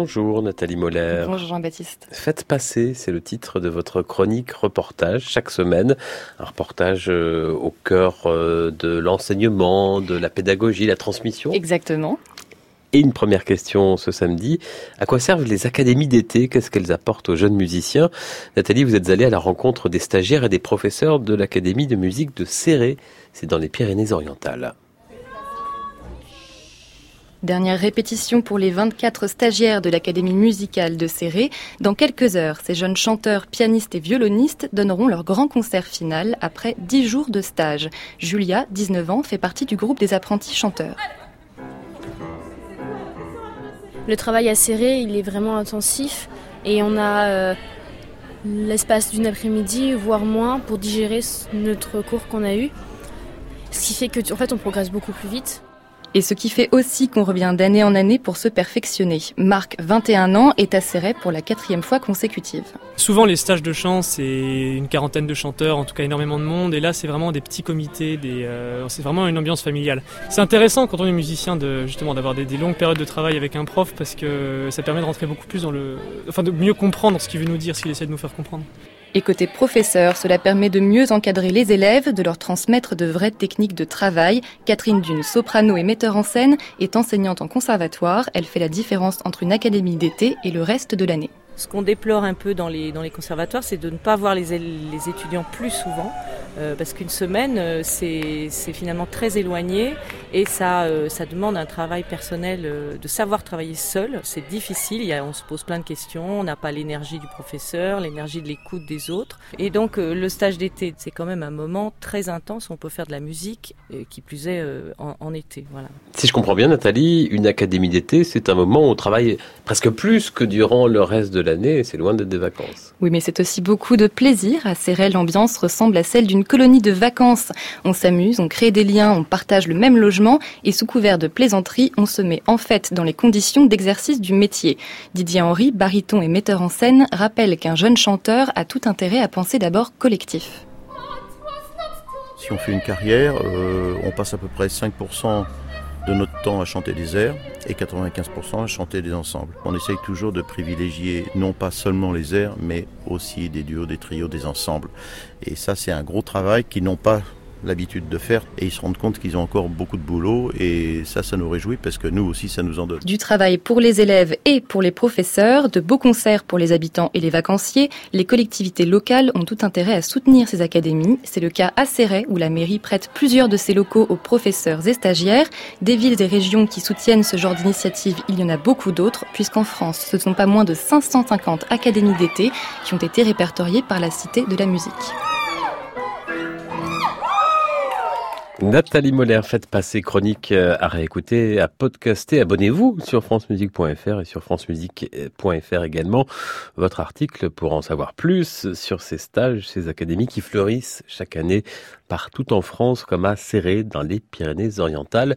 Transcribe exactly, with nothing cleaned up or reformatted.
Bonjour Nathalie Moller. Bonjour Jean-Baptiste. Faites passer, c'est le titre de votre chronique reportage chaque semaine. Un reportage euh, au cœur euh, de l'enseignement, de la pédagogie, la transmission. Exactement. Et une première question ce samedi, à quoi servent les académies d'été? Qu'est-ce qu'elles apportent aux jeunes musiciens? Nathalie, vous êtes allée à la rencontre des stagiaires et des professeurs de l'Académie de musique de Céret. C'est dans les Pyrénées-Orientales. Dernière répétition pour les vingt-quatre stagiaires de l'Académie musicale de Céret. Dans quelques heures, ces jeunes chanteurs, pianistes et violonistes donneront leur grand concert final après dix jours de stage. Julia, dix-neuf ans, fait partie du groupe des apprentis chanteurs. Le travail à Céret, il est vraiment intensif et on a euh, l'espace d'une après-midi, voire moins, pour digérer notre cours qu'on a eu. Ce qui fait que, en fait, on progresse beaucoup plus vite. Et ce qui fait aussi qu'on revient d'année en année pour se perfectionner. Marc, vingt et un ans, est à Céret pour la quatrième fois consécutive. Souvent, les stages de chant, c'est une quarantaine de chanteurs, en tout cas énormément de monde. Et là, c'est vraiment des petits comités, des, euh, c'est vraiment une ambiance familiale. C'est intéressant quand on est musicien de, justement, d'avoir des, des longues périodes de travail avec un prof parce que ça permet de rentrer beaucoup plus dans le... Enfin, de mieux comprendre ce qu'il veut nous dire, ce qu'il essaie de nous faire comprendre. Et côté professeur, cela permet de mieux encadrer les élèves, de leur transmettre de vraies techniques de travail. Catherine Dune, soprano et metteur en scène, est enseignante en conservatoire. Elle fait la différence entre une académie d'été et le reste de l'année. Ce qu'on déplore un peu dans les, dans les conservatoires, c'est de ne pas voir les, les étudiants plus souvent, euh, parce qu'une semaine, euh, c'est, c'est finalement très éloigné et ça, euh, ça demande un travail personnel, euh, de savoir travailler seul. C'est difficile, il y a, on se pose plein de questions, on n'a pas l'énergie du professeur, l'énergie de l'écoute des autres. Et donc euh, le stage d'été, c'est quand même un moment très intense, on peut faire de la musique, euh, qui plus est euh, en, en été. Voilà. Si je comprends bien Nathalie, une académie d'été, c'est un moment où on travaille presque plus que durant le reste de l'année, c'est loin d'être des vacances. Oui, mais c'est aussi beaucoup de plaisir. À Céret, l'ambiance ressemble à celle d'une colonie de vacances. On s'amuse, on crée des liens, on partage le même logement et sous couvert de plaisanterie, on se met en fait dans les conditions d'exercice du métier. Didier Henry, baryton et metteur en scène, rappelle qu'un jeune chanteur a tout intérêt à penser d'abord collectif. Si on fait une carrière, euh, on passe à peu près cinq pour cent de notre temps à chanter des airs et quatre-vingt-quinze pour cent à chanter des ensembles. On essaye toujours de privilégier non pas seulement les airs, mais aussi des duos, des trios, des ensembles. Et ça, c'est un gros travail qu'ils n'ont pas l'habitude de faire et ils se rendent compte qu'ils ont encore beaucoup de boulot et ça, ça nous réjouit parce que nous aussi, ça nous en donne. Du travail pour les élèves et pour les professeurs, de beaux concerts pour les habitants et les vacanciers, les collectivités locales ont tout intérêt à soutenir ces académies. C'est le cas à Céret où la mairie prête plusieurs de ses locaux aux professeurs et stagiaires. Des villes et régions qui soutiennent ce genre d'initiative, il y en a beaucoup d'autres puisqu'en France, ce ne sont pas moins de cinq cent cinquante académies d'été qui ont été répertoriées par la Cité de la musique. Nathalie Moller, faites passer chronique à réécouter, à podcaster. Abonnez-vous sur france musique point f r et sur france musique point f r également. Votre article pour en savoir plus sur ces stages, ces académies qui fleurissent chaque année partout en France comme à Céret dans les Pyrénées-Orientales.